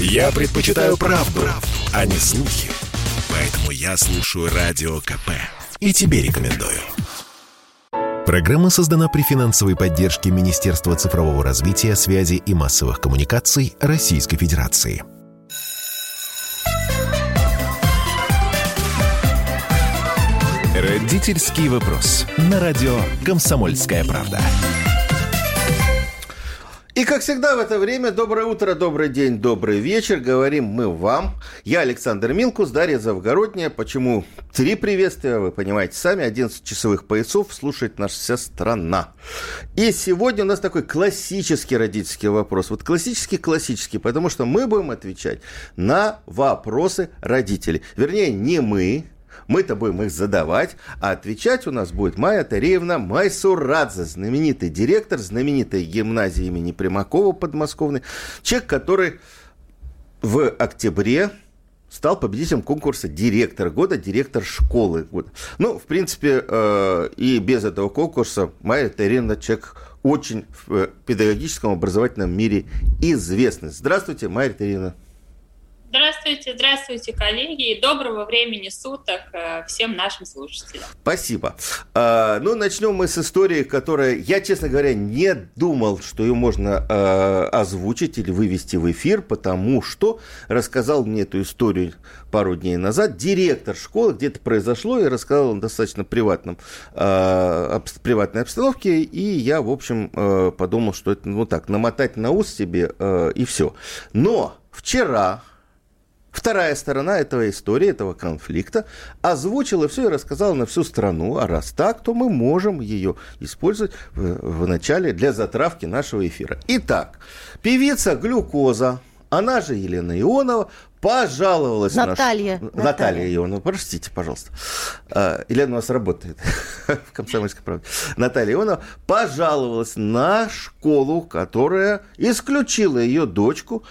Я предпочитаю правду, а не слухи. Поэтому я слушаю Радио КП. И тебе рекомендую. Программа создана при финансовой поддержке Министерства цифрового развития, связи и массовых коммуникаций Российской Федерации. Родительский вопрос. На радио «Комсомольская правда». И, как всегда, в это время доброе утро, добрый день, добрый вечер. Говорим мы вам. Я Александр Милкус, Дарья Завгородняя. Почему 3 приветствия, вы понимаете сами. 11 часовых поясов слушает наша вся страна. И сегодня у нас такой классический родительский вопрос. Вот классический, потому что мы будем отвечать на вопросы родителей. Вернее, не мы. Мы-то будем их задавать, а отвечать у нас будет Майя Тареевна Майсурадзе, знаменитый директор знаменитой гимназии имени Примакова подмосковной. Человек, который в октябре стал победителем конкурса «Директор года», «Директор школы года». Ну, в принципе, и без этого конкурса Майя Тареевна человек очень в педагогическом образовательном мире известный. Здравствуйте, Майя Тареевна. Здравствуйте, коллеги, и доброго времени суток всем нашим слушателям. Спасибо. Начнем мы с истории, которая, я, честно говоря, не думал, что ее можно озвучить или вывести в эфир, потому что рассказал мне эту историю пару дней назад директор школы, где это произошло, и рассказал он в достаточно приватной обстановке, и я, в общем, подумал, что это, намотать на ус себе, и все. Но вчера вторая сторона этого истории, этого конфликта, озвучила все и рассказала на всю страну. А раз так, то мы можем ее использовать в начале для затравки нашего эфира. Итак, певица Глюкоза, она же Елена Ионова, пожаловалась Наталья Ионова, простите, пожалуйста. Елена у нас работает в «Комсомольской правде». Наталья Ионова пожаловалась на школу, которая исключила ее дочку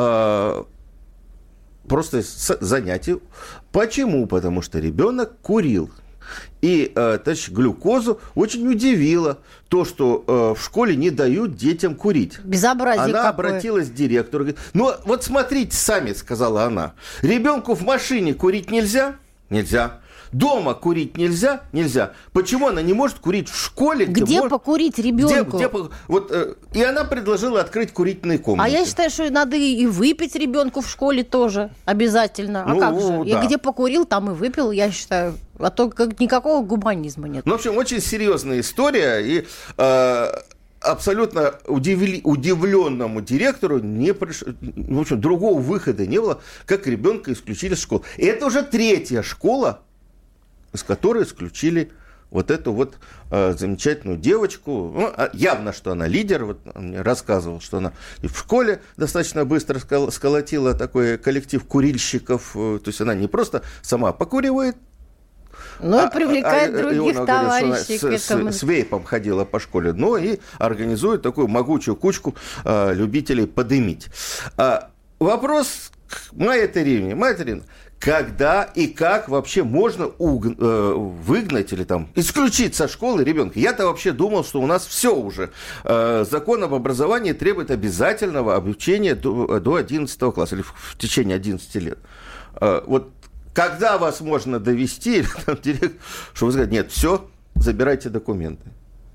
просто с занятий. Почему? Потому что ребенок курил. И Глюкозу очень удивило то, что в школе не дают детям курить. Безобразие Она какое. обратилась к директору. Говорит, вот смотрите сами, сказала она. Ребенку в машине курить нельзя? Нельзя. Дома курить нельзя? Нельзя. Почему она не может курить в школе? Где покурить ребенку? И она предложила открыть курительные комнаты. А я считаю, что надо и выпить ребенку в школе тоже обязательно. А как же? Да. И где покурил, там и выпил, я считаю. А то никакого гуманизма нет. В общем, очень серьезная история. И абсолютно удивленному директору в общем, другого выхода не было, как ребенка исключили из школы. И это уже 3-я школа, из которой исключили вот эту замечательную девочку. Явно, что она лидер. Он мне рассказывал, что она и в школе достаточно быстро сколотила такой коллектив курильщиков. То есть она не просто сама покуривает, и привлекает других товарищей к этому. С вейпом ходила по школе, но и организует такую могучую кучку любителей подымить. Вопрос к Майе Тареевне. Майя Тареевна, когда и как вообще можно выгнать или исключить со школы ребенка? Я-то вообще думал, что у нас все уже. Закон об образовании требует обязательного обучения до 11 класса или в течение 11 лет. Когда вас можно довести, что вы скажете, нет, все, забирайте документы.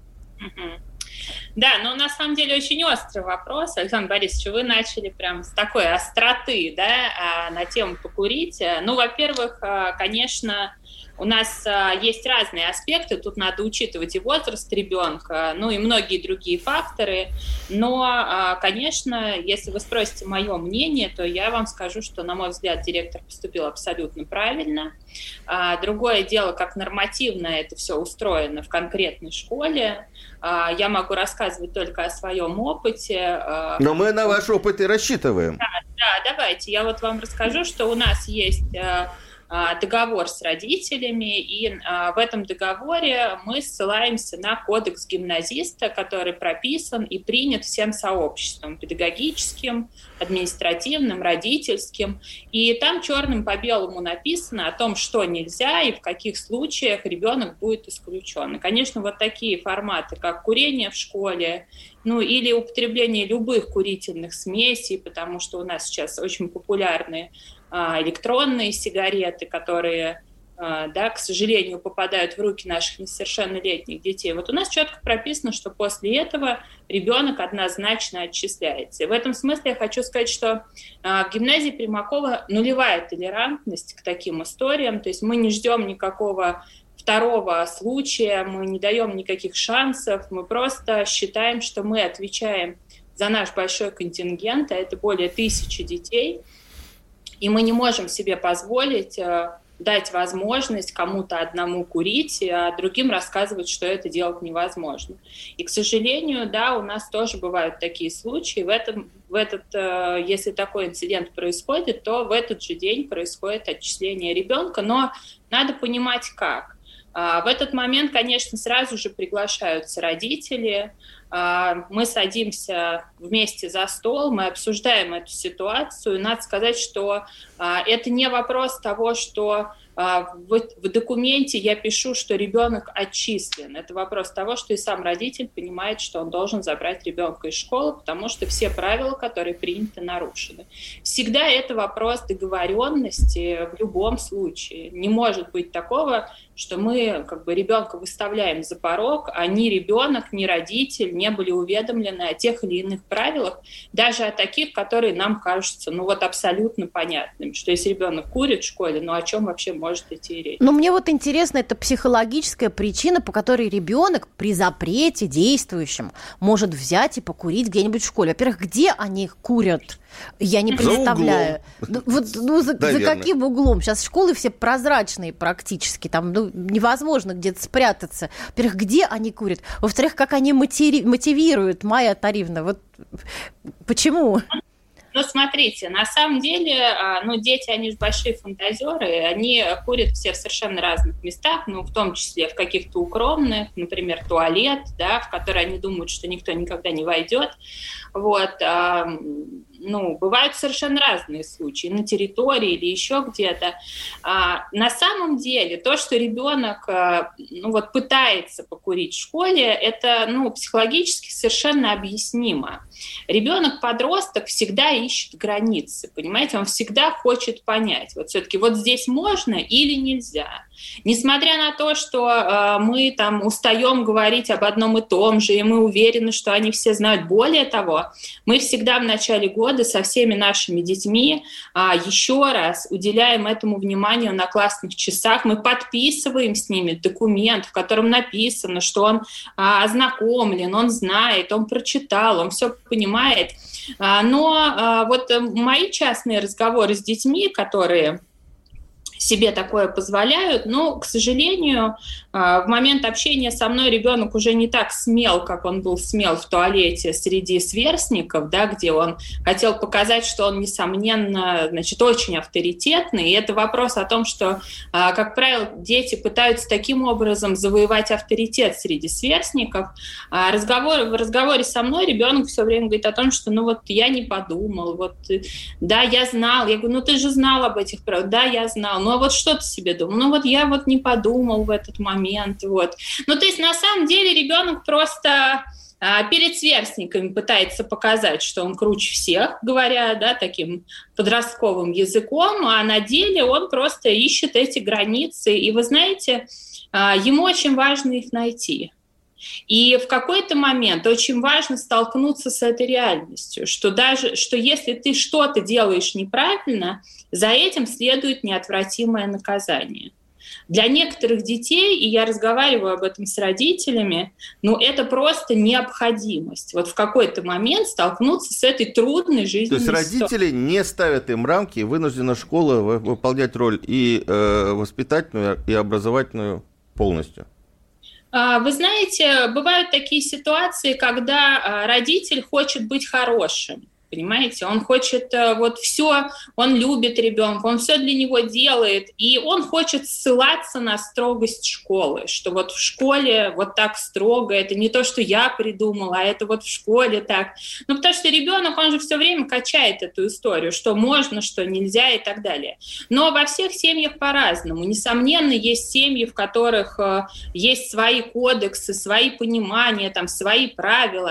Да, на самом деле очень острый вопрос, Александр Борисович, вы начали прям с такой остроты, да, на тему покурить. Во-первых, конечно, у нас есть разные аспекты, тут надо учитывать и возраст ребенка, и многие другие факторы, но, конечно, если вы спросите мое мнение, то я вам скажу, что, на мой взгляд, директор поступил абсолютно правильно. Другое дело, как нормативно это все устроено в конкретной школе. Я могу рассказывать только о своем опыте. Но мы на ваш опыт и рассчитываем. Да, давайте. Я вам расскажу, что у нас есть договор с родителями, и в этом договоре мы ссылаемся на кодекс гимназиста, который прописан и принят всем сообществом, педагогическим, административным, родительским. И там черным по белому написано о том, что нельзя и в каких случаях ребенок будет исключен. И, конечно, такие форматы, как курение в школе ну или употребление любых курительных смесей, потому что у нас сейчас очень популярны электронные сигареты, которые, к сожалению, попадают в руки наших несовершеннолетних детей. Вот у нас четко прописано, что после этого ребенок однозначно отчисляется. И в этом смысле я хочу сказать, что в гимназии Примакова нулевая толерантность к таким историям, то есть мы не ждем никакого второго случая, мы не даем никаких шансов, мы просто считаем, что мы отвечаем за наш большой контингент, а это более 1000 детей, и мы не можем себе позволить дать возможность кому-то одному курить, а другим рассказывать, что это делать невозможно. И, к сожалению, да, у нас тоже бывают такие случаи. Если такой инцидент происходит, то в этот же день происходит отчисление ребенка, но надо понимать, как. В этот момент, конечно, сразу же приглашаются родители, мы садимся вместе за стол, мы обсуждаем эту ситуацию. И надо сказать, что это не вопрос того, что в документе я пишу, что ребенок отчислен. Это вопрос того, что и сам родитель понимает, что он должен забрать ребенка из школы, потому что все правила, которые приняты, нарушены. Всегда это вопрос договоренности в любом случае. Не может быть такого, что мы ребенка выставляем за порог, а ни ребенок, ни родитель не были уведомлены о тех или иных правилах, даже о таких, которые нам кажутся абсолютно понятными, что если ребенок курит в школе, о чем вообще может идти речь? Но мне интересно, это психологическая причина, по которой ребенок при запрете действующем может взять и покурить где-нибудь в школе. Во-первых, где они курят? Я не представляю. За каким углом? Сейчас школы все прозрачные практически, там невозможно где-то спрятаться. Во-первых, где они курят? Во-вторых, как они мотивируют, Майя Таривна? Почему? Смотрите, на самом деле, дети, они же большие фантазеры, они курят все в совершенно разных местах, в том числе в каких-то укромных, например, туалет, в который они думают, что никто никогда не войдет. Бывают совершенно разные случаи на территории или еще где-то. На самом деле, то, что ребенок пытается покурить в школе, это психологически совершенно объяснимо. Ребенок-подросток всегда ищет границы, понимаете? Он всегда хочет понять, все-таки здесь можно или нельзя. Несмотря на то, что мы устаем говорить об одном и том же, и мы уверены, что они все знают. Более того, мы всегда в начале года со всеми нашими детьми еще раз уделяем этому внимание на классных часах. Мы подписываем с ними документ, в котором написано, что он ознакомлен, он знает, он прочитал, он все понимает. Но мои частные разговоры с детьми, которые себе такое позволяют, но, к сожалению, в момент общения со мной ребенок уже не так смел, как он был смел в туалете среди сверстников, где он хотел показать, что он, несомненно, очень авторитетный. И это вопрос о том, что, как правило, дети пытаются таким образом завоевать авторитет среди сверстников. В разговоре со мной ребенок все время говорит о том, что я не подумал, да, я знал. Я говорю, ты же знал об этих правилах. Да, я знал. Что ты себе думал? Я не подумал в этот момент. То есть, на самом деле, ребенок просто перед сверстниками пытается показать, что он круче всех, говоря, таким подростковым языком, а на деле он просто ищет эти границы. И вы знаете, ему очень важно их найти. И в какой-то момент очень важно столкнуться с этой реальностью, что если ты что-то делаешь неправильно, за этим следует неотвратимое наказание. Для некоторых детей, и я разговариваю об этом с родителями, это просто необходимость. В какой-то момент столкнуться с этой трудной жизненной ситуацией. То есть родители не ставят им рамки, и вынуждена школа выполнять роль и воспитательную, и образовательную полностью? Вы знаете, бывают такие ситуации, когда родитель хочет быть хорошим. Понимаете, он хочет все, он любит ребенка, он все для него делает, и он хочет ссылаться на строгость школы, что в школе так строго, это не то, что я придумала, а это в школе так. Потому что ребенок, он же все время качает эту историю, что можно, что нельзя и так далее. Но во всех семьях по-разному. Несомненно, есть семьи, в которых есть свои кодексы, свои понимания, свои правила.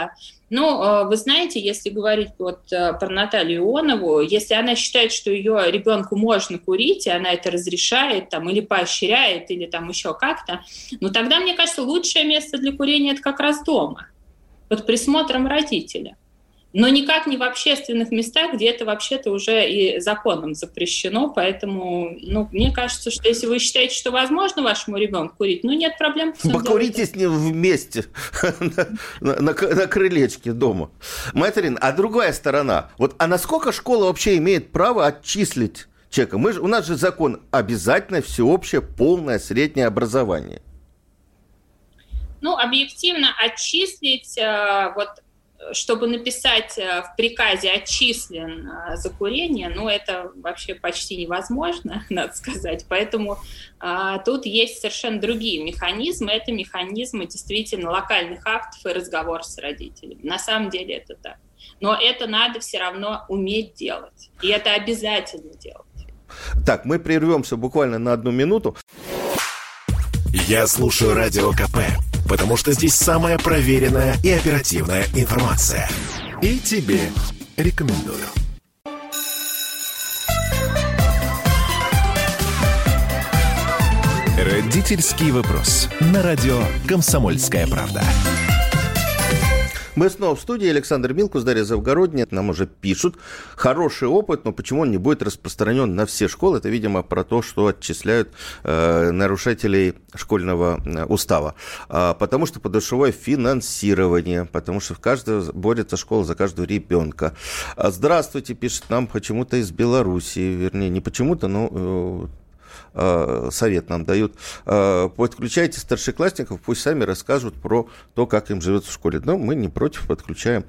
Ну, вы знаете, если говорить вот про Наталью Ионову, если она считает, что ее ребенку можно курить, и она это разрешает там, или поощряет, или там еще как-то, ну тогда, мне кажется, лучшее место для курения – это как раз дома, под присмотром родителя. Но никак не в общественных местах, где это вообще-то уже и законом запрещено. Поэтому, мне кажется, что если вы считаете, что возможно вашему ребенку курить, нет проблем. Покурите с ним вместе на крылечке дома. Материн, а другая сторона. А насколько школа вообще имеет право отчислить человека? У нас же закон обязательное, всеобщее, полное среднее образование. Объективно отчислить, чтобы написать в приказе «отчислен за курение», это вообще почти невозможно, надо сказать. Поэтому тут есть совершенно другие механизмы. Это механизмы действительно локальных актов и разговор с родителями. На самом деле это так. Но это надо все равно уметь делать. И это обязательно делать. Так, мы прервемся буквально на 1 минуту. Я слушаю Радио КП, потому что здесь самая проверенная и оперативная информация. И тебе рекомендую. Родительский вопрос. На радио «Комсомольская правда». Мы снова в студии. Александр Милкус, Дарья Завгородняя. Нам уже пишут. Хороший опыт, но почему он не будет распространен на все школы? Это, видимо, про то, что отчисляют нарушителей школьного устава. Потому что подушевое финансирование. Потому что борется школа за каждого ребенка. Здравствуйте, пишет нам почему-то из Белоруссии. Вернее, не почему-то, но... совет нам дают. Подключайте старшеклассников, пусть сами расскажут про то, как им живется в школе. Но мы не против, подключаем.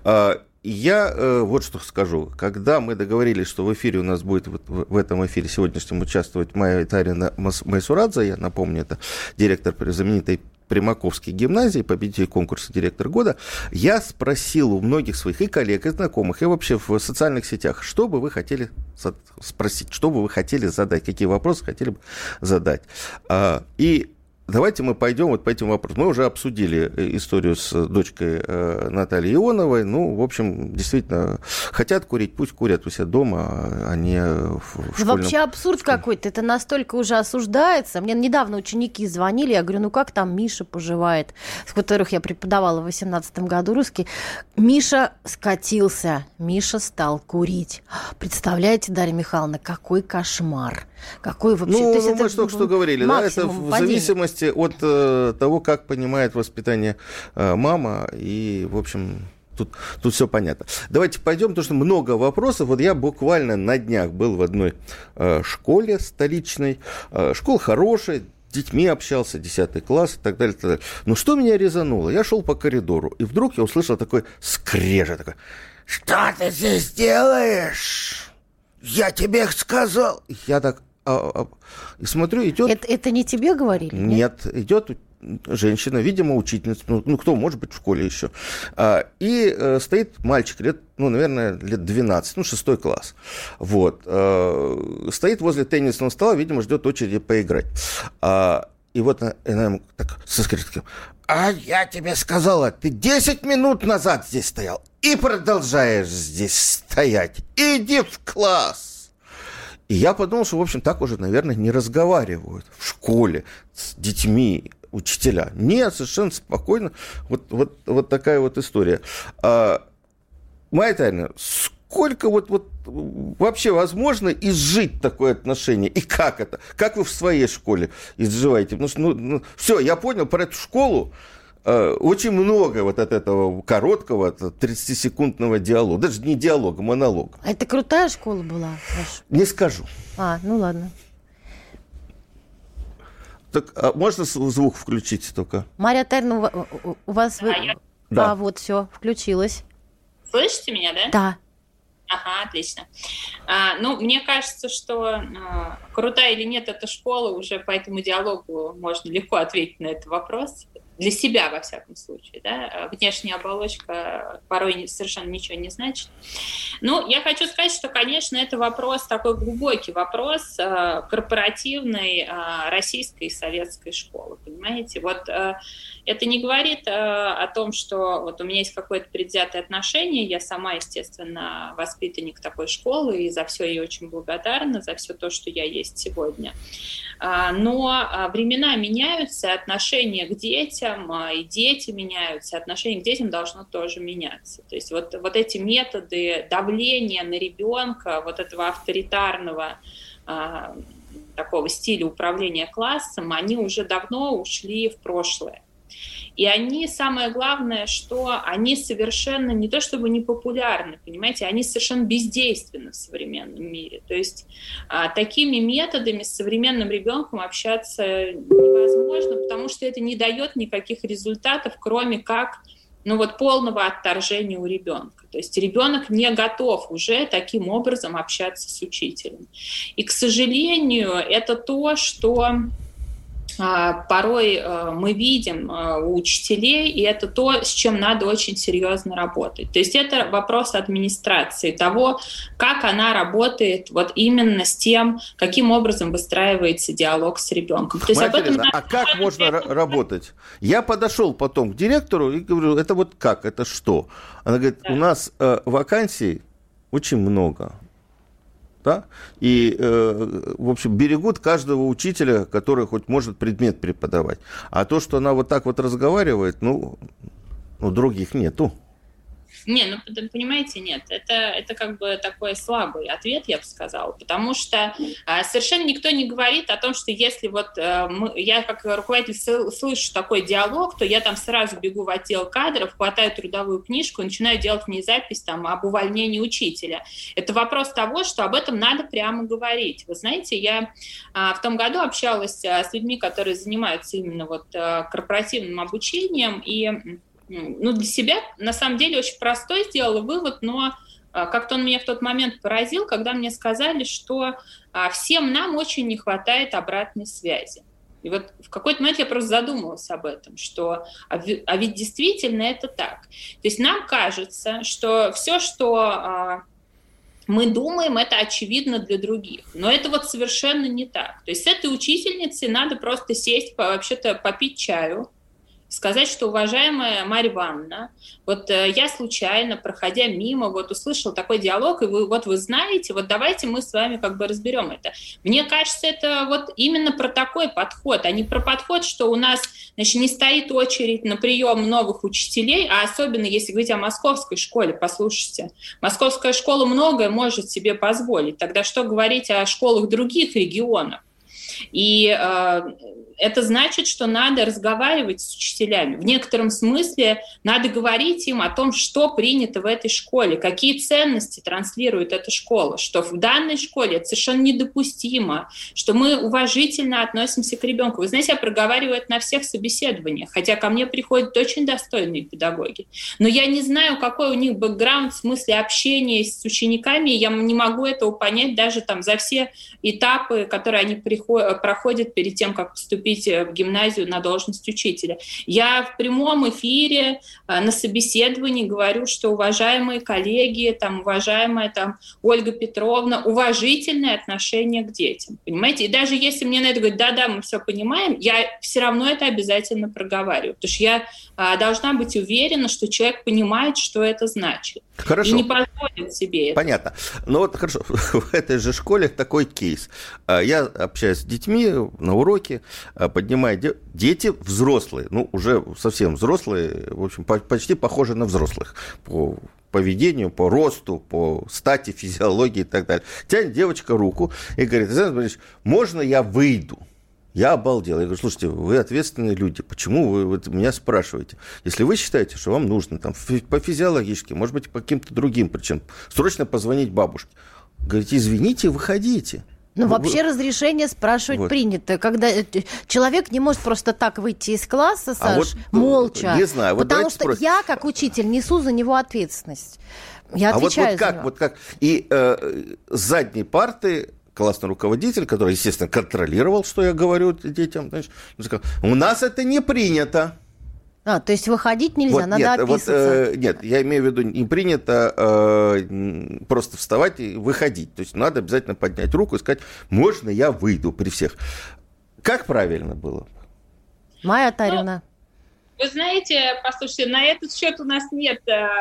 Я вот что скажу. Когда мы договорились, что в эфире у нас будет, в этом эфире сегодняшнем участвовать Майя Тарина Майсурадзе, я напомню, это директор знаменитой Примаковской гимназии, победитель конкурса «Директор года», я спросил у многих своих и коллег, и знакомых, и вообще в социальных сетях, что бы вы хотели спросить, что бы вы хотели задать, какие вопросы хотели бы задать. И давайте мы пойдем по этим вопросам. Мы уже обсудили историю с дочкой Натальи Ионовой. В общем, действительно, хотят курить, пусть курят у себя дома, а не в школьном... Вообще абсурд какой-то. Это настолько уже осуждается. Мне недавно ученики звонили, я говорю, как там Миша поживает, с которых я преподавала в 2018 году русский. Миша скатился, Миша стал курить. Представляете, Дарья Михайловна, какой кошмар. Какой вообще... То есть мы только что говорили, да, это в зависимости от того, как понимает воспитание мама, и, в общем, тут все понятно. Давайте пойдем, потому что много вопросов. Я буквально на днях был в одной школе столичной. Школа хорошая, с детьми общался, 10 класс и так далее, и так далее. Но что меня резануло? Я шел по коридору, и вдруг я услышал такой скрежет, такой: «Что ты здесь делаешь? Я тебе сказал!» Я так и смотрю, идет... Это не тебе говорили? Нет, идет женщина, видимо, учительница, кто может быть в школе еще. И стоит мальчик лет, наверное, лет 12, 6 класс. Стоит возле теннисного стола, видимо, ждет очереди поиграть. И она ему так со скрипкой: «А я тебе сказала, ты 10 минут назад здесь стоял и продолжаешь здесь стоять. Иди в класс!» И я подумал, что, в общем, так уже, наверное, не разговаривают в школе с детьми учителя. Нет, совершенно спокойно. Вот такая вот история. Майя Тарина, сколько вообще возможно изжить такое отношение? И как это? Как вы в своей школе изживаете? Потому что, все, я понял про эту школу. Очень много от этого короткого, 30-секундного диалога. Даже не диалога, монолога. А это крутая школа была? Не скажу. Ладно. Так, можно звук включить только? Мария Тарина, у вас... Да. Все, включилось. Слышите меня, да? Да. Ага, отлично. Мне кажется, что крутая или нет эта школа, уже по этому диалогу можно легко ответить на этот вопрос. для себя, во всяком случае, да, внешняя оболочка порой совершенно ничего не значит. Ну, я хочу сказать, что, конечно, это вопрос, такой глубокий вопрос корпоративной российской и советской школы, понимаете? Вот это не говорит о том, что вот у меня есть какое-то предвзятое отношение, я сама, естественно, воспитанник такой школы, и за все ей очень благодарна, за все то, что я есть сегодня. Но времена меняются, отношения к детям, и дети меняются, отношение к детям должно тоже меняться. То есть вот эти методы давления на ребенка, вот этого авторитарного такого стиля управления классом, они уже давно ушли в прошлое. И они, самое главное, что они совершенно не то чтобы не популярны, понимаете, они совершенно бездейственны в современном мире. То есть такими методами с современным ребенком общаться невозможно, потому что это не дает никаких результатов, кроме как полного отторжения у ребенка. То есть ребенок не готов уже таким образом общаться с учителем. И, к сожалению, это то, что порой мы видим у учителей, и это то, с чем надо очень серьезно работать. То есть это вопрос администрации, того, как она работает вот именно с тем, каким образом выстраивается диалог с ребенком. То есть как можно работать? Я подошел потом к директору и говорю, это вот как, это что? Она говорит, у нас вакансий очень много. Да? И, в общем, берегут каждого учителя, который хоть может предмет преподавать. А то, что она вот так вот разговаривает, других нету. Не, понимаете, нет, это как бы такой слабый ответ, я бы сказала, потому что совершенно никто не говорит о том, что если я как руководитель слышу такой диалог, то я там сразу бегу в отдел кадров, хватаю трудовую книжку и начинаю делать в ней запись там об увольнении учителя. Это вопрос того, что об этом надо прямо говорить. Вы знаете, я в том году общалась с людьми, которые занимаются именно корпоративным обучением, и для себя, на самом деле, очень простой сделала вывод, но как-то он меня в тот момент поразил, когда мне сказали, что всем нам очень не хватает обратной связи. И вот в какой-то момент я просто задумалась об этом, что ведь действительно это так. То есть нам кажется, что все, что мы думаем, это очевидно для других. Но это совершенно не так. То есть с этой учительницей надо просто сесть, вообще-то попить чаю, сказать, что, уважаемая Марья Ивановна, я случайно, проходя мимо, услышала такой диалог, и вы знаете, давайте мы с вами разберем это. Мне кажется, это именно про такой подход, а не про подход, что у нас, не стоит очередь на прием новых учителей, а особенно если говорить о московской школе, послушайте. Московская школа многое может себе позволить, тогда что говорить о школах других регионов? И это значит, что надо разговаривать с учителями. В некотором смысле надо говорить им о том, что принято в этой школе, какие ценности транслирует эта школа, что в данной школе это совершенно недопустимо, что мы уважительно относимся к ребенку. Вы знаете, я проговариваю это на всех собеседованиях, хотя ко мне приходят очень достойные педагоги. Но я не знаю, какой у них бэкграунд в смысле общения с учениками, я не могу этого понять даже за все этапы, которые они проходят перед тем, как поступить в гимназию на должность учителя. Я в прямом эфире на собеседовании говорю, что уважаемые коллеги, уважаемая Ольга Петровна, уважительное отношение к детям. Понимаете? И даже если мне на это говорят, да, мы все понимаем, я все равно это обязательно проговариваю. Потому что я должна быть уверена, что человек понимает, что это значит. Хорошо. И не позволит себе это. Понятно. Хорошо, в этой же школе такой кейс. Я общаюсь с детьми на уроке, поднимаю дети взрослые, уже совсем взрослые, в общем, почти похожи на взрослых по поведению, по росту, по стати, физиологии и так далее. Тянет девочка руку и говорит, Александр Борисович, можно я выйду? Я обалдел. Я говорю, слушайте, вы ответственные люди, почему вы меня спрашиваете? Если вы считаете, что вам нужно по физиологически, может быть, по каким-то другим причинам, срочно позвонить бабушке. Говорите, извините, выходите. Вообще разрешение спрашивать принято, когда человек не может просто так выйти из класса, Саш, молча. Не знаю. Потому что я, как учитель, несу за него ответственность. Я отвечаю за него. И с задней парты классный руководитель, который, естественно, контролировал, что я говорю детям, сказал, у нас это не принято. То есть выходить нельзя, надо описываться. Нет, я имею в виду, не принято просто вставать и выходить. То есть надо обязательно поднять руку и сказать, можно я выйду при всех. Как правильно было? Майя Атарьевна. Вы знаете, послушайте, на этот счет у нас нет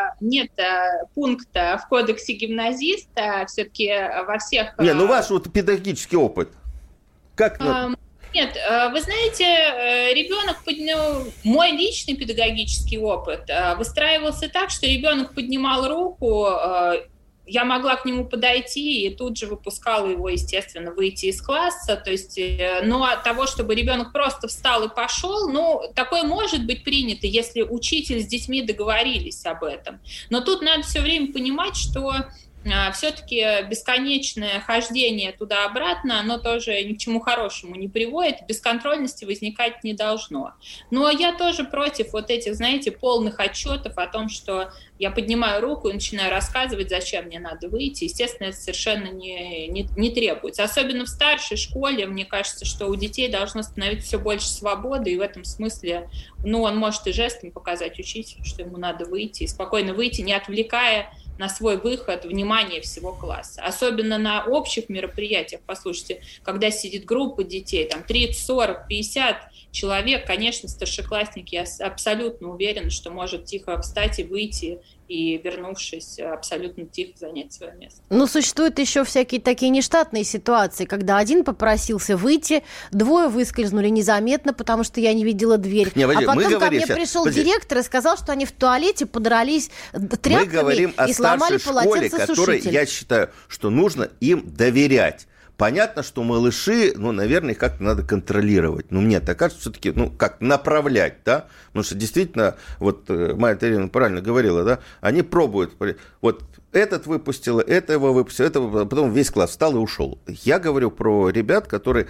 пункта в кодексе гимназиста. Все-таки во всех... ваш педагогический опыт. Как... Нет, вы знаете, ребенок, мой личный педагогический опыт выстраивался так, что ребенок поднимал руку, я могла к нему подойти и тут же выпускала его, естественно, выйти из класса. То есть, от того, чтобы ребенок просто встал и пошел, такое может быть принято, если учитель с детьми договорились об этом. Но тут надо все время понимать, что все-таки бесконечное хождение туда-обратно, оно тоже ни к чему хорошему не приводит, бесконтрольности возникать не должно. Но я тоже против этих, знаете, полных отчетов о том, что я поднимаю руку и начинаю рассказывать, зачем мне надо выйти. Естественно, это совершенно не требуется. Особенно в старшей школе, мне кажется, что у детей должно становиться все больше свободы, и в этом смысле, он может и жестом показать учителю, что ему надо выйти, и спокойно выйти, не отвлекая на свой выход внимание всего класса. Особенно на общих мероприятиях, послушайте, когда сидит группа детей, там 30, 40, 50 человек, конечно, старшеклассники, я абсолютно уверена, что может тихо встать и выйти, и, вернувшись, абсолютно тихо занять свое место. Существуют еще всякие такие нештатные ситуации, когда один попросился выйти, двое выскользнули незаметно, потому что я не видела дверь. Потом ко мне пришел директор и сказал, что они в туалете подрались тряпками мы говорим и сломали полотенцесушитель. Школе, которой я считаю, что нужно им доверять. Понятно, что малыши, наверное, их как-то надо контролировать. Мне так кажется, все-таки, как направлять, да? Потому что действительно, Майя Атарьевна правильно говорила, да? Они пробуют, этот выпустил, это его выпустил, потом весь класс встал и ушел. Я говорю про ребят, которые,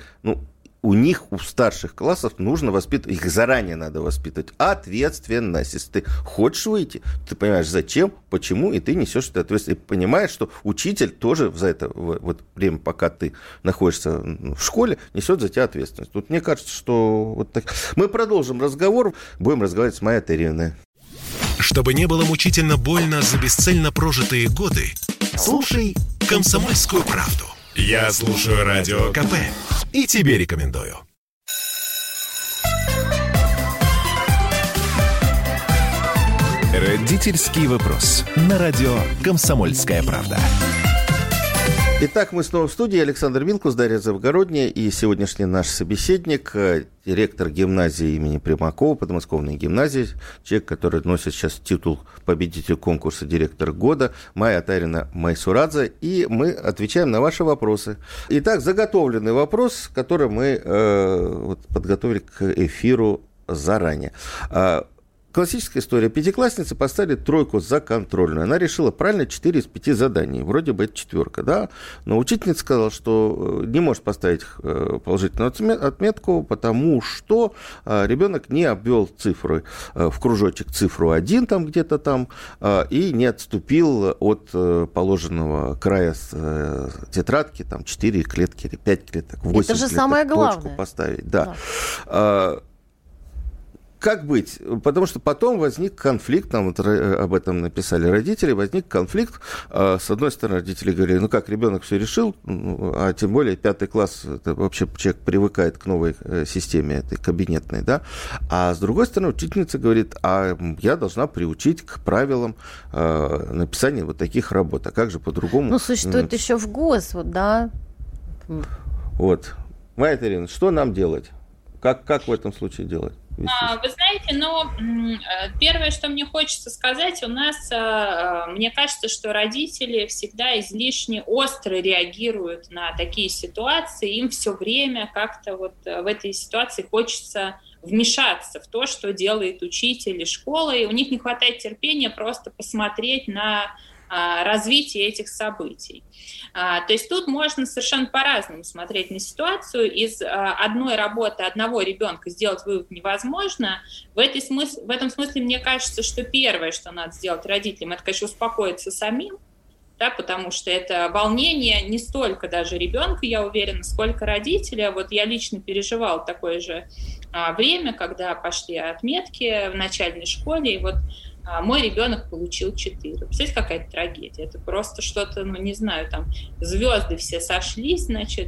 у старших классов нужно воспитывать, их заранее надо воспитывать ответственность. Если ты хочешь выйти, ты понимаешь, зачем, почему, и ты несешь эту ответственность. И понимаешь, что учитель тоже за это время, пока ты находишься в школе, несет за тебя ответственность. Тут мне кажется, что так. Мы продолжим разговор, будем разговаривать с Майей Атарьевной. Чтобы не было мучительно больно за бесцельно прожитые годы, слушай «Комсомольскую правду». Я слушаю Радио КП и тебе рекомендую. Родительский вопрос. На радио «Комсомольская правда». Итак, мы снова в студии. Александр Милкус, Дарья Завгородняя и сегодняшний наш собеседник, директор гимназии имени Примакова, подмосковной гимназии, человек, который носит сейчас титул победителя конкурса «Директор года», Майя Атарьевна Майсурадзе, и мы отвечаем на ваши вопросы. Итак, заготовленный вопрос, который мы подготовили к эфиру заранее. Классическая история. Пятиклассницы поставили 3 за контрольную. Она решила правильно 4 из 5 заданий. Вроде бы это 4, да? Но учительница сказала, что не может поставить положительную отметку, потому что ребенок не обвел цифры в кружочек цифру 1 там где-то там и не отступил от положенного края тетрадки, там 4 клетки или 5 клеток, 8 это же клеток, самое главное. точку поставить. Да. Как быть? Потому что потом возник конфликт, нам об этом написали родители, возник конфликт. С одной стороны, родители говорили, как ребенок все решил, а тем более 5 класс, это вообще человек привыкает к новой системе этой кабинетной, да? А с другой стороны, учительница говорит, я должна приучить к правилам написания таких работ. А как же по-другому? Существует еще в ГОС, да? Майя Атарьевна, что нам делать? Как в этом случае делать? Вы знаете, первое, что мне хочется сказать, у нас, мне кажется, что родители всегда излишне остро реагируют на такие ситуации, им все время как-то в этой ситуации хочется вмешаться в то, что делает учитель и школа, и у них не хватает терпения просто посмотреть на развитие этих событий. То есть тут можно совершенно по-разному смотреть на ситуацию. Из одной работы одного ребенка сделать вывод невозможно. В этом смысле мне кажется, что первое, что надо сделать родителям, это, конечно, успокоиться самим, да, потому что это волнение не столько даже ребенка, я уверена, сколько родителя. Вот я лично переживала такое же время, когда пошли отметки в начальной школе, и вот мой ребенок получил 4. Представляете, какая-то трагедия. Это просто что-то, не знаю, там звезды все сошлись, значит.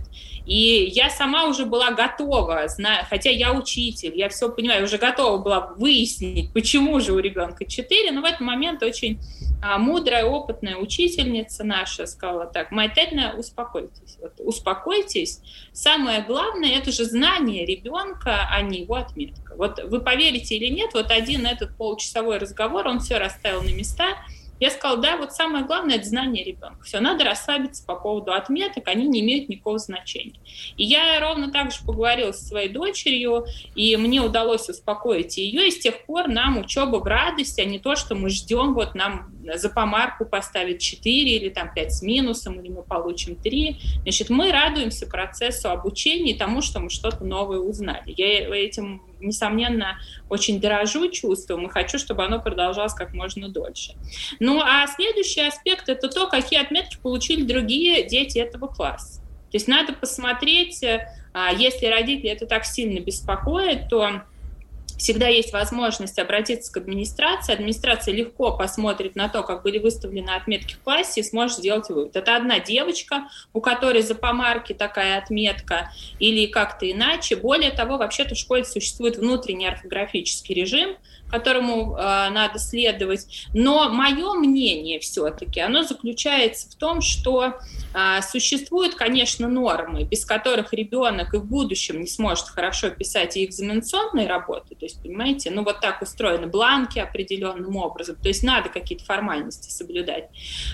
И я сама уже была готова, хотя я учитель, я все понимаю, уже готова была выяснить, почему же у ребенка 4, но в этот момент очень мудрая, опытная учительница наша сказала так: Майя Тедна, успокойтесь. Вот, успокойтесь. Самое главное, это же знание ребенка, а не его отметка. Вот вы поверите или нет, вот один этот получасовой разговор, он все расставил на места. Я сказала, да, вот самое главное – это знание ребенка. Все, надо расслабиться по поводу отметок, они не имеют никакого значения. И я ровно так же поговорила со своей дочерью, и мне удалось успокоить ее, и с тех пор нам учеба в радость, а не то, что мы ждем, вот нам за помарку поставят 4 или там 5 с минусом, или мы получим 3. Значит, мы радуемся процессу обучения и тому, что мы что-то новое узнали. Я этим, несомненно, очень дорожу чувством и хочу, чтобы оно продолжалось как можно дольше. Ну, а следующий аспект – это то, какие отметки получили другие дети этого класса. То есть надо посмотреть, если родители это так сильно беспокоит, то всегда есть возможность обратиться к администрации. Администрация легко посмотрит на то, как были выставлены отметки в классе, и сможет сделать вывод. Это одна девочка, у которой за помарки такая отметка, или как-то иначе. Более того, вообще-то в школе существует внутренний орфографический режим, которому надо следовать. Но мое мнение все-таки, оно заключается в том, что существуют, конечно, нормы, без которых ребенок и в будущем не сможет хорошо писать и экзаменационные работы. То есть, понимаете, ну вот так устроены бланки определенным образом. То есть надо какие-то формальности соблюдать.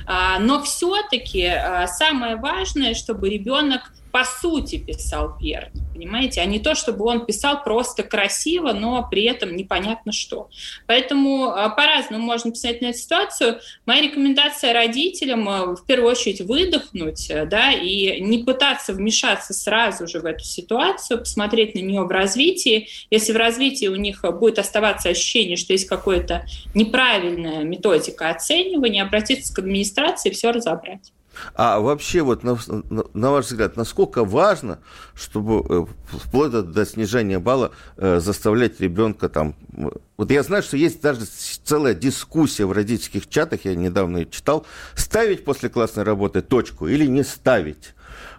Но все-таки самое важное, чтобы ребенок по сути писал верно, понимаете, а не то, чтобы он писал просто красиво, но при этом непонятно что. Поэтому по-разному можно писать на эту ситуацию. Моя рекомендация родителям в первую очередь выдохнуть, да, и не пытаться вмешаться сразу же в эту ситуацию, посмотреть на нее в развитии. Если в развитии у них будет оставаться ощущение, что есть какая-то неправильная методика оценивания, обратиться к администрации и все разобрать. А вообще, вот на ваш взгляд, насколько важно, чтобы вплоть до снижения балла заставлять ребенка там... Вот я знаю, что есть даже целая дискуссия в родительских чатах, я недавно ее читал, ставить после классной работы точку или не ставить.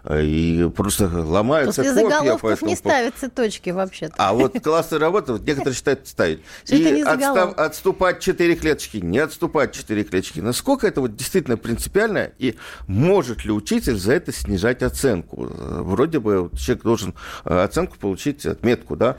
И просто ломаются копья. После заголовков не ставятся точки вообще-то. А вот классная работа, вот некоторые считают ставить. И отступать 4 клеточки, не отступать 4 клеточки. Насколько это вот действительно принципиально, и может ли учитель за это снижать оценку? Вроде бы человек должен оценку получить, отметку, да,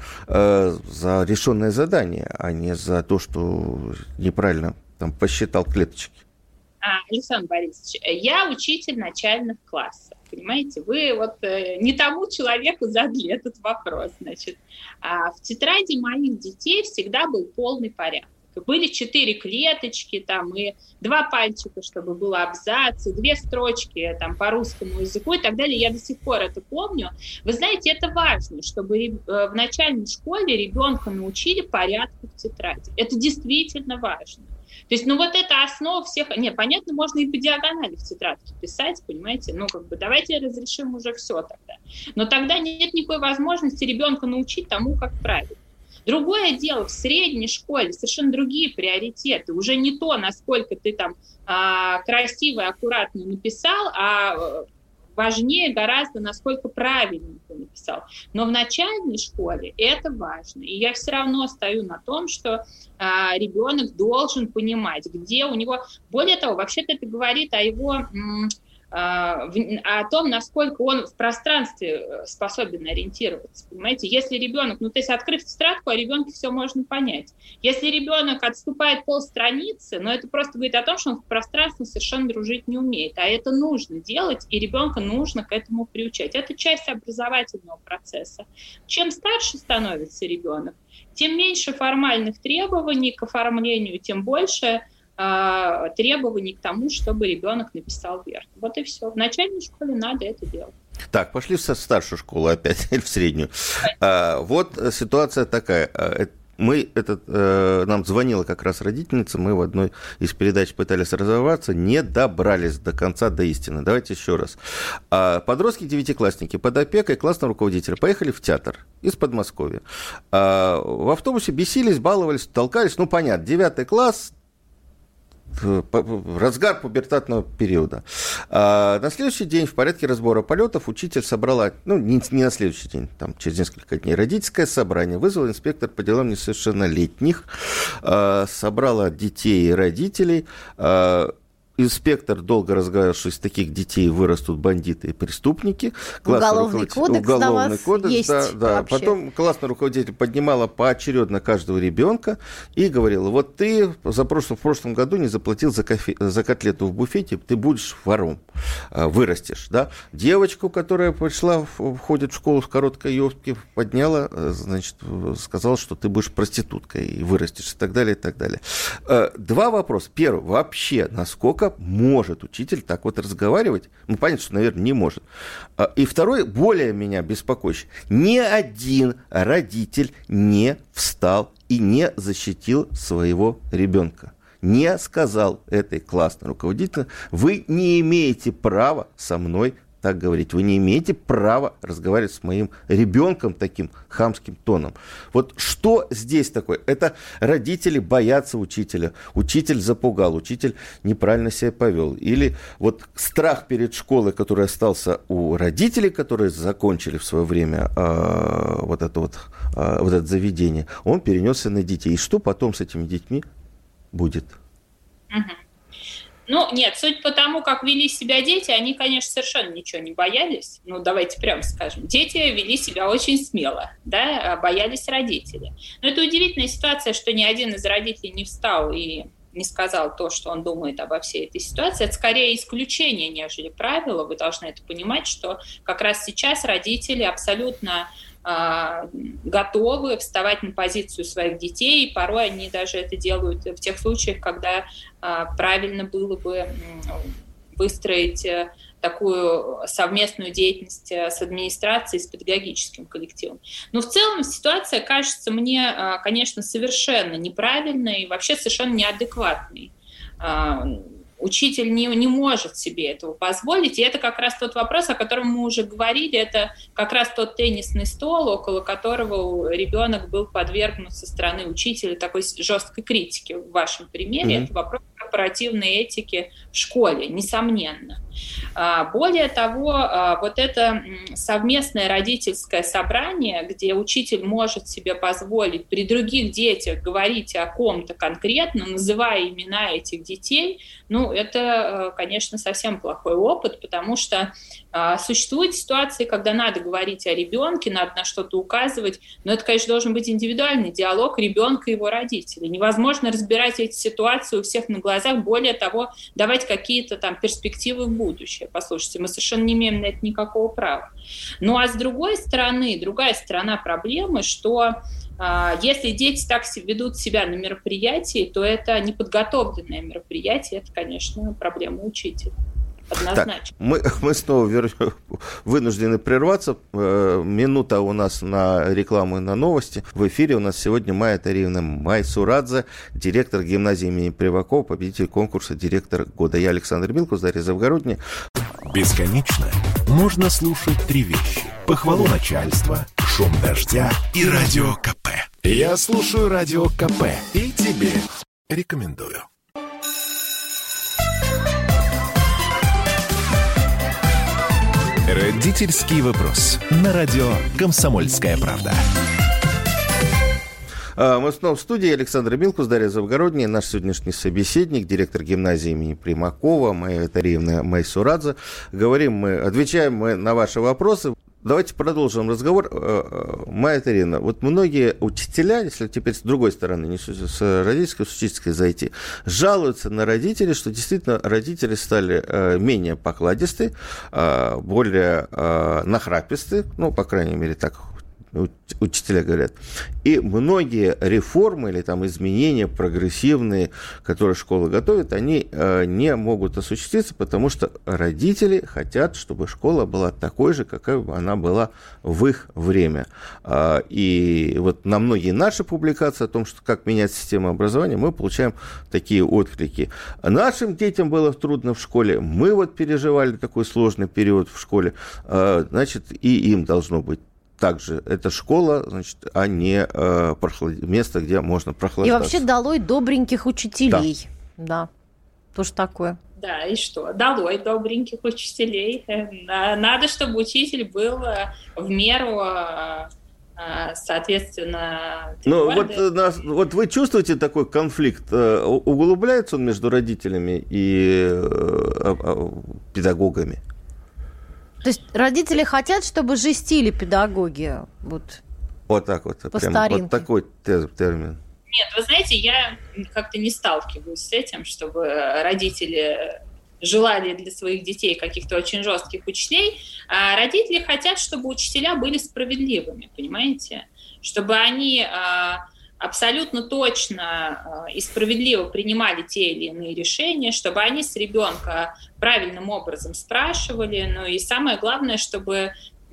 за решенное задание, а не за то, что неправильно там посчитал клеточки. Александр Борисович, я учитель начальных классов. Понимаете, вы вот не тому человеку задали этот вопрос. Значит, в тетради моих детей всегда был полный порядок. Были 4 клеточки, там, и 2 пальчика, чтобы было абзац, и 2 строчки там, по русскому языку и так далее. Я до сих пор это помню. Вы знаете, это важно, чтобы в начальной школе ребенка научили порядку в тетради. Это действительно важно. То есть, ну вот это основа всех... Не, понятно, можно и по диагонали в тетрадке писать, понимаете? Ну, как бы давайте разрешим уже все тогда. Но тогда нет никакой возможности ребенка научить тому, как правильно. Другое дело, в средней школе совершенно другие приоритеты. Уже не то, насколько ты там красиво и аккуратно написал, а важнее гораздо, насколько правильно ты написал. Но в начальной школе это важно. И я все равно стою на том, что ребенок должен понимать, где у него... Более того, вообще-то это говорит о его... о том, насколько он в пространстве способен ориентироваться, понимаете? Если ребенок, ну, то есть открыв тетрадку, о ребенке все можно понять. Если ребенок отступает полстраницы, ну, это просто говорит о том, что он в пространстве совершенно дружить не умеет, а это нужно делать, и ребенка нужно к этому приучать. Это часть образовательного процесса. Чем старше становится ребенок, тем меньше формальных требований к оформлению, тем больше требований к тому, чтобы ребенок написал верно. Вот и все. В начальной школе надо это делать. Так, пошли в старшую школу опять, или в среднюю. Вот ситуация такая. Нам звонила как раз родительница, мы в одной из передач пытались разобраться, не добрались до конца, до истины. Давайте еще раз. Подростки-девятиклассники под опекой классного руководителя поехали в театр из Подмосковья. В автобусе бесились, баловались, толкались. Ну, понятно, 9 класс, разгар пубертатного периода. На следующий день в порядке разбора полетов учитель собрала, не на следующий день, там через несколько дней, родительское собрание, вызвал инспектор по делам несовершеннолетних, собрала детей и родителей. Инспектор долго разговаривал, что из таких детей вырастут бандиты и преступники. Уголовный кодекс есть. Да. Потом классный руководитель поднимала поочередно каждого ребенка и говорила: вот ты в прошлом году не заплатил за котлету в буфете, ты будешь вором, вырастешь. Да? Девочку, которая входит в школу в короткой юбке, подняла, значит, сказала, что ты будешь проституткой и вырастешь, и так далее, и так далее. Два вопроса. Первый. Вообще, насколько может учитель так вот разговаривать? Понятно, что, наверное, не может. И второй, более меня беспокоящий. Ни один родитель не встал и не защитил своего ребенка. Не сказал этой классной руководительнице: вы не имеете права со мной так говорить. Вы не имеете права разговаривать с моим ребенком таким хамским тоном. Вот что здесь такое? Это родители боятся учителя. Учитель запугал, учитель неправильно себя повел. Или вот страх перед школой, который остался у родителей, которые закончили в свое время вот это заведение, он перенесся на детей. И что потом с этими детьми будет? Нет, судя по тому, как вели себя дети, они, конечно, совершенно ничего не боялись. Давайте прямо скажем. Дети вели себя очень смело, да, боялись родителей. Но это удивительная ситуация, что ни один из родителей не встал и не сказал то, что он думает обо всей этой ситуации. Это скорее исключение, нежели правило. Вы должны это понимать, что как раз сейчас родители абсолютно готовы вставать на позицию своих детей, и порой они даже это делают в тех случаях, когда правильно было бы выстроить такую совместную деятельность с администрацией, с педагогическим коллективом. Но в целом ситуация кажется мне, конечно, совершенно неправильной и вообще совершенно неадекватной. Учитель не может себе этого позволить, и это как раз тот вопрос, о котором мы уже говорили, это как раз тот теннисный стол, около которого ребенок был подвергнут со стороны учителя такой жесткой критики в вашем примере. Это вопрос корпоративной этики в школе, несомненно. Более того, вот это совместное родительское собрание, где учитель может себе позволить при других детях говорить о ком-то конкретно, называя имена этих детей, это, конечно, совсем плохой опыт, потому что существуют ситуации, когда надо говорить о ребенке, надо на что-то указывать, но это, конечно, должен быть индивидуальный диалог ребенка и его родителей. Невозможно разбирать эти ситуации у всех на глазах, более того, давать какие-то там перспективы в будущее. Послушайте, мы совершенно не имеем на это никакого права. А с другой стороны, другая сторона проблемы, что если дети так ведут себя на мероприятии, то это неподготовленное мероприятие, это, конечно, проблема учителя. Однозначно. Так, мы снова вынуждены прерваться. Минута у нас на рекламу и на новости. В эфире у нас сегодня Майя Тариевна Майсурадзе, директор гимназии имени Привакова, победитель конкурса «Директор года». Я Александр Милкус, Дарья Завгородняя. Бесконечно можно слушать три вещи: похвалу начальства, шум дождя и радио КП. Я слушаю радио КП и тебе рекомендую. Родительский вопрос. На радио «Комсомольская правда». Мы снова в студии. Александр Милкус, Дарья Завгородняя, наш сегодняшний собеседник, директор гимназии имени Примакова, Майя Тариевна Майсурадзе. Отвечаем мы на ваши вопросы. Давайте продолжим разговор. Майя Тариевна, вот многие учителя, если теперь с другой стороны, не с родительской, с учительской зайти, жалуются на родителей, что действительно родители стали менее покладисты, более нахраписты, по крайней мере, так учителя говорят. И многие реформы или там изменения прогрессивные, которые школа готовит, они не могут осуществиться, потому что родители хотят, чтобы школа была такой же, какая бы она была в их время. И вот на многие наши публикации о том, что как менять систему образования, мы получаем такие отклики. Нашим детям было трудно в школе, мы вот переживали такой сложный период в школе, значит, и им должно быть также. Это школа, значит, а не место, где можно прохлаждаться. И вообще долой добреньких учителей. Да, тоже такое. Да, и что? Долой добреньких учителей. Надо, чтобы учитель был в меру, соответственно... Ну, вот вы чувствуете такой конфликт? Углубляется он между родителями и педагогами? То есть родители хотят, чтобы жестили педагоги? Вот так вот. По прям, старинке. Вот такой термин. Нет, вы знаете, я как-то не сталкиваюсь с этим, чтобы родители желали для своих детей каких-то очень жестких учителей. А родители хотят, чтобы учителя были справедливыми, понимаете? Чтобы они абсолютно точно и справедливо принимали те или иные решения, чтобы они с ребенка правильным образом спрашивали. Ну и самое главное, чтобы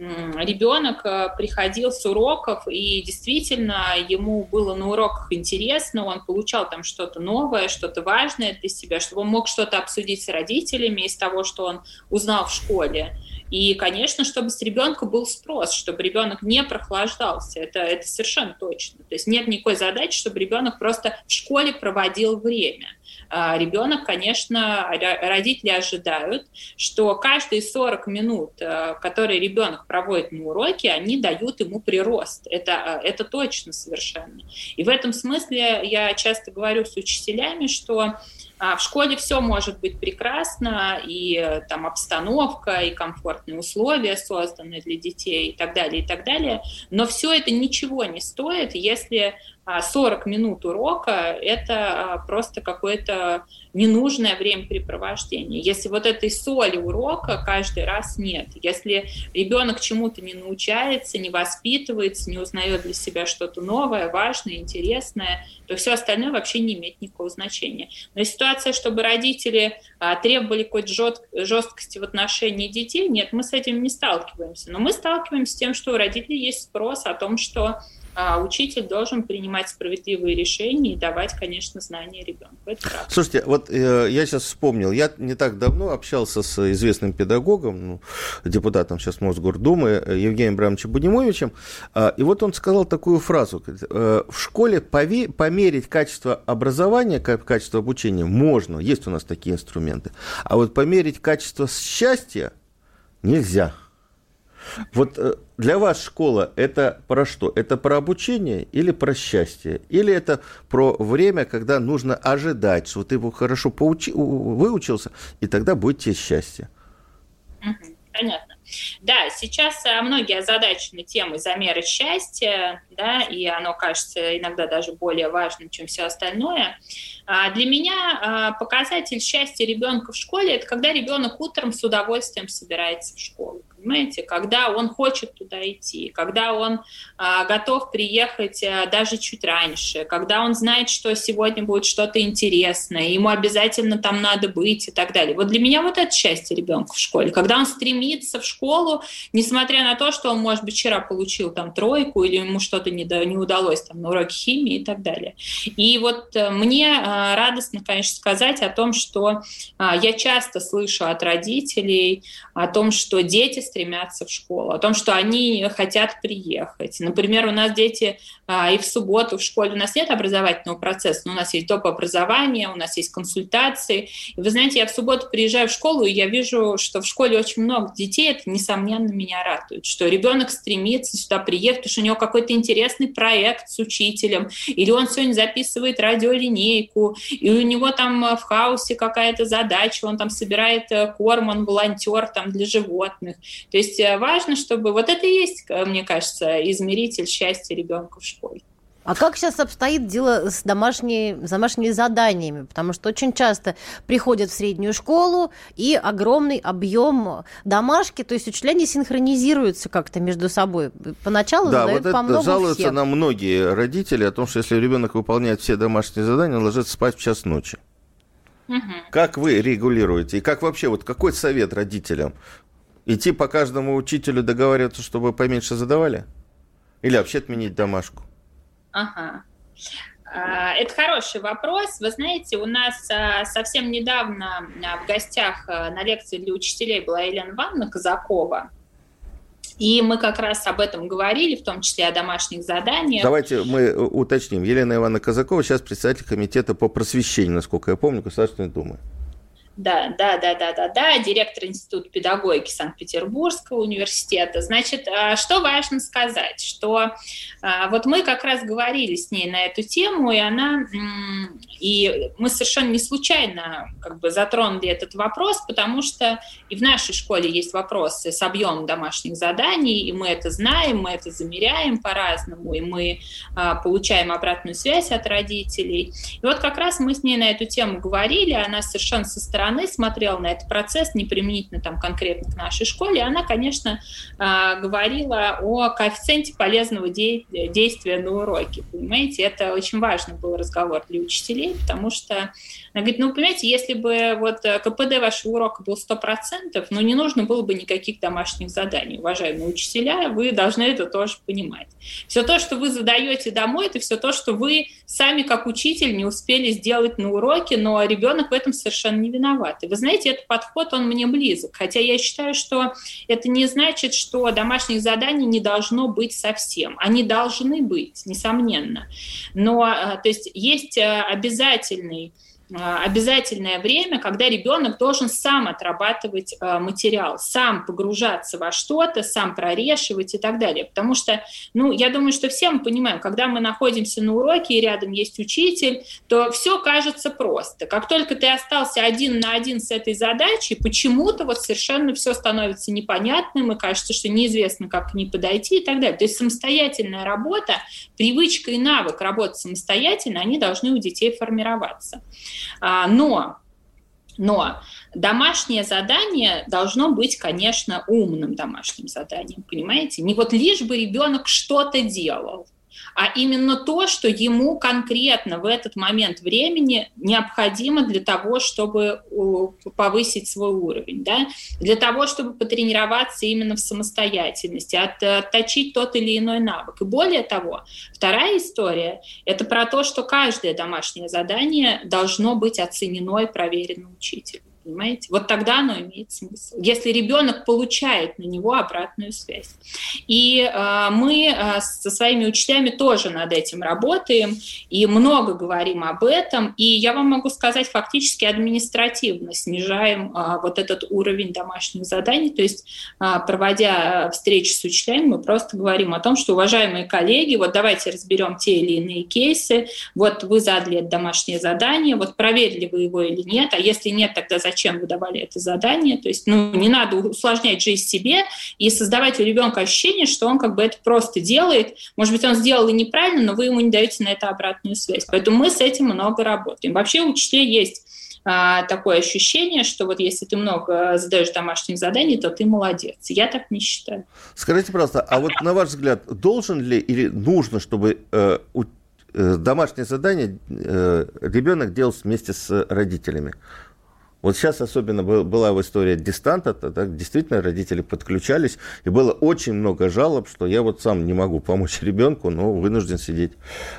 ребенок приходил с уроков, и действительно ему было на уроках интересно, он получал там что-то новое, что-то важное для себя, чтобы он мог что-то обсудить с родителями из того, что он узнал в школе. И, конечно, чтобы с ребенка был спрос, чтобы ребенок не прохлаждался. Это совершенно точно. То есть нет никакой задачи, чтобы ребенок просто в школе проводил время. Ребенок, конечно, родители ожидают, что каждые 40 минут, которые ребенок проводит на уроке, они дают ему прирост. Это точно совершенно. И в этом смысле я часто говорю с учителями, что в школе все может быть прекрасно, и там обстановка, и комфортные условия созданы для детей, и так далее, но все это ничего не стоит, если 40 минут урока – это просто какое-то ненужное времяпрепровождение. Если вот этой соли урока каждый раз нет, если ребенок чему-то не научается, не воспитывается, не узнает для себя что-то новое, важное, интересное, то все остальное вообще не имеет никакого значения. Но ситуация, чтобы родители требовали какой-то жесткости в отношении детей, нет, мы с этим не сталкиваемся. Но мы сталкиваемся с тем, что у родителей есть спрос о том, что учитель должен принимать справедливые решения и давать, конечно, знания ребенку. Это правда. Слушайте, вот я сейчас вспомнил, я не так давно общался с известным педагогом, депутатом сейчас Мосгордумы, Евгением Абрамовичем Будимовичем, и вот он сказал такую фразу: в школе померить качество образования, качество обучения можно, есть у нас такие инструменты, а вот померить качество счастья нельзя. Вот для вас школа – это про что? Это про обучение или про счастье? Или это про время, когда нужно ожидать, что ты хорошо выучился, и тогда будет тебе счастье? Понятно. Да, сейчас многие озадачены темой замера счастья, да, и оно кажется иногда даже более важным, чем все остальное. Для меня показатель счастья ребенка в школе – это когда ребенок утром с удовольствием собирается в школу. Понимаете, когда он хочет туда идти, когда он готов приехать даже чуть раньше, когда он знает, что сегодня будет что-то интересное, ему обязательно там надо быть и так далее. Вот для меня вот это счастье ребенка в школе, когда он стремится в школу, несмотря на то, что он, может быть, вчера получил там 3 или ему что-то не удалось там на уроке химии и так далее. И вот мне радостно, конечно, сказать о том, что я часто слышу от родителей о том, что дети стремятся в школу, о том, что они хотят приехать. Например, у нас дети и в субботу в школе у нас нет образовательного процесса, но у нас есть доп. Образование, у нас есть консультации. И вы знаете, я в субботу приезжаю в школу, и я вижу, что в школе очень много детей, это, несомненно, меня радует, что ребенок стремится сюда приехать, потому что у него какой-то интересный проект с учителем, или он сегодня записывает радиолинейку, и у него там в хаосе какая-то задача, он там собирает корм, он волонтер там для животных. То есть важно, чтобы... Вот это и есть, мне кажется, измеритель счастья ребенка в школе. А как сейчас обстоит дело с домашними заданиями? Потому что очень часто приходят в среднюю школу и огромный объем домашки, то есть учителя не синхронизируются как-то между собой. Поначалу задают по много всех. Да, вот это жалуются нам многие родители о том, что если ребенок выполняет все домашние задания, он ложится спать в час ночи. Угу. Как вы регулируете? И как вообще, вот какой совет родителям? Идти по каждому учителю договариваться, чтобы поменьше задавали? Или вообще отменить домашку? Ага. Это хороший вопрос. Вы знаете, у нас совсем недавно в гостях на лекции для учителей была Елена Ивановна Казакова. И мы как раз об этом говорили, в том числе о домашних заданиях. Давайте мы уточним. Елена Ивановна Казакова сейчас председатель комитета по просвещению, насколько я помню, Государственной Думы. Да, директор Института педагогики Санкт-Петербургского университета. Значит, что важно сказать, что вот мы как раз говорили с ней на эту тему, и мы совершенно не случайно затронули этот вопрос, потому что и в нашей школе есть вопросы с объемом домашних заданий, и мы это знаем, мы это замеряем по-разному, и мы получаем обратную связь от родителей. И вот как раз мы с ней на эту тему говорили, она совершенно со стороны смотрела на этот процесс, не применительно конкретно к нашей школе. Она, конечно, говорила о коэффициенте полезного действия на уроке. Понимаете, это очень важный был разговор для учителей, потому что она говорит, понимаете, если бы КПД вашего урока был 100%, не нужно было бы никаких домашних заданий. Уважаемые учителя, вы должны это тоже понимать. Все то, что вы задаете домой, это все то, что вы сами как учитель не успели сделать на уроке, но ребенок в этом совершенно не виноват. И вы знаете, этот подход, он мне близок. Хотя я считаю, что это не значит, что домашних заданий не должно быть совсем. Они должны быть, несомненно. Но то есть обязательное время, когда ребенок должен сам отрабатывать материал, сам погружаться во что-то, сам прорешивать и так далее. Потому что, я думаю, что все мы понимаем, когда мы находимся на уроке и рядом есть учитель, то все кажется просто. Как только ты остался один на один с этой задачей, почему-то совершенно все становится непонятным, и кажется, что неизвестно, как к ней подойти и так далее. То есть самостоятельная работа, привычка и навык работать самостоятельно, они должны у детей формироваться. Но домашнее задание должно быть, конечно, умным домашним заданием, понимаете? Не лишь бы ребенок что-то делал, а именно то, что ему конкретно в этот момент времени необходимо для того, чтобы повысить свой уровень, да? Для того, чтобы потренироваться именно в самостоятельности, отточить тот или иной навык. И более того, вторая история – это про то, что каждое домашнее задание должно быть оценено и проверено учителем. Понимаете? Тогда оно имеет смысл. Если ребенок получает на него обратную связь. И мы со своими учителями тоже над этим работаем и много говорим об этом. И я вам могу сказать, фактически административно снижаем этот уровень домашних заданий. То есть, проводя встречи с учителями, мы просто говорим о том, что, уважаемые коллеги, давайте разберем те или иные кейсы. Вы задали это домашнее задание, проверили вы его или нет, а если нет, тогда зачем вы давали это задание. То есть, не надо усложнять жизнь себе и создавать у ребенка ощущение, что он это просто делает. Может быть, он сделал и неправильно, но вы ему не даете на это обратную связь. Поэтому мы с этим много работаем. Вообще у учителей есть такое ощущение, что если ты много задаешь домашних заданий, то ты молодец. Я так не считаю. Скажите, пожалуйста, а на ваш взгляд, должен ли или нужно, чтобы домашнее задание ребенок делал вместе с родителями? Сейчас особенно была в истории дистанта, тогда действительно родители подключались, и было очень много жалоб, что я сам не могу помочь ребенку, но вынужден сидеть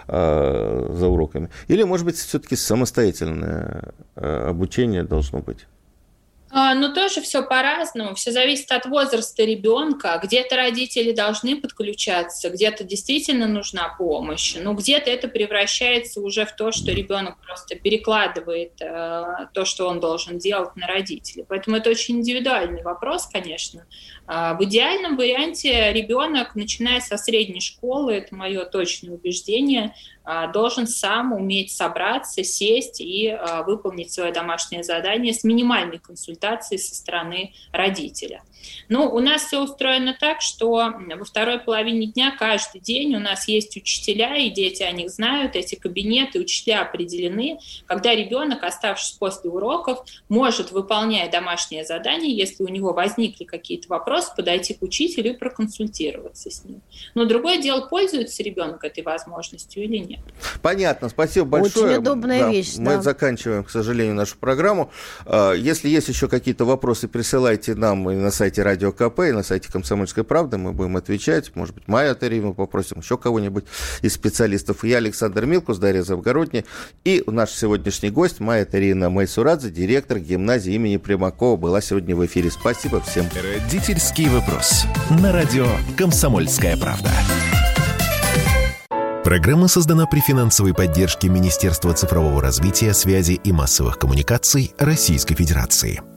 за уроками. Или, может быть, все-таки самостоятельное обучение должно быть? Тоже все по-разному, все зависит от возраста ребенка. Где-то родители должны подключаться, где-то действительно нужна помощь, но где-то это превращается уже в то, что ребенок просто перекладывает то, что он должен делать, на родителей. Поэтому это очень индивидуальный вопрос, конечно. В идеальном варианте ребенок, начиная со средней школы, это мое точное убеждение, должен сам уметь собраться, сесть и выполнить свое домашнее задание с минимальной консультацией со стороны родителя. Ну, у нас все устроено так, что во второй половине дня каждый день у нас есть учителя, и дети о них знают, эти кабинеты, учителя определены, когда ребенок, оставшись после уроков, может, выполняя домашнее задание, если у него возникли какие-то вопросы, подойти к учителю и проконсультироваться с ним. Но другое дело, пользуется ребенок этой возможностью или нет. Понятно, спасибо большое. Очень удобная вещь. Мы заканчиваем, к сожалению, нашу программу. Если есть еще какие-то вопросы, присылайте нам и на сайте Радио КП, и на сайте «Комсомольской правды», мы будем отвечать. Может быть, Майю Тариеву попросим, еще кого-нибудь из специалистов. Я Александр Милкус, Дарья Завгородняя. И наш сегодняшний гость Майя Тариевна Майсурадзе, директор гимназии имени Примакова, была сегодня в эфире. Спасибо всем. Родительский вопрос. На радио «Комсомольская правда». Программа создана при финансовой поддержке Министерства цифрового развития, связи и массовых коммуникаций Российской Федерации.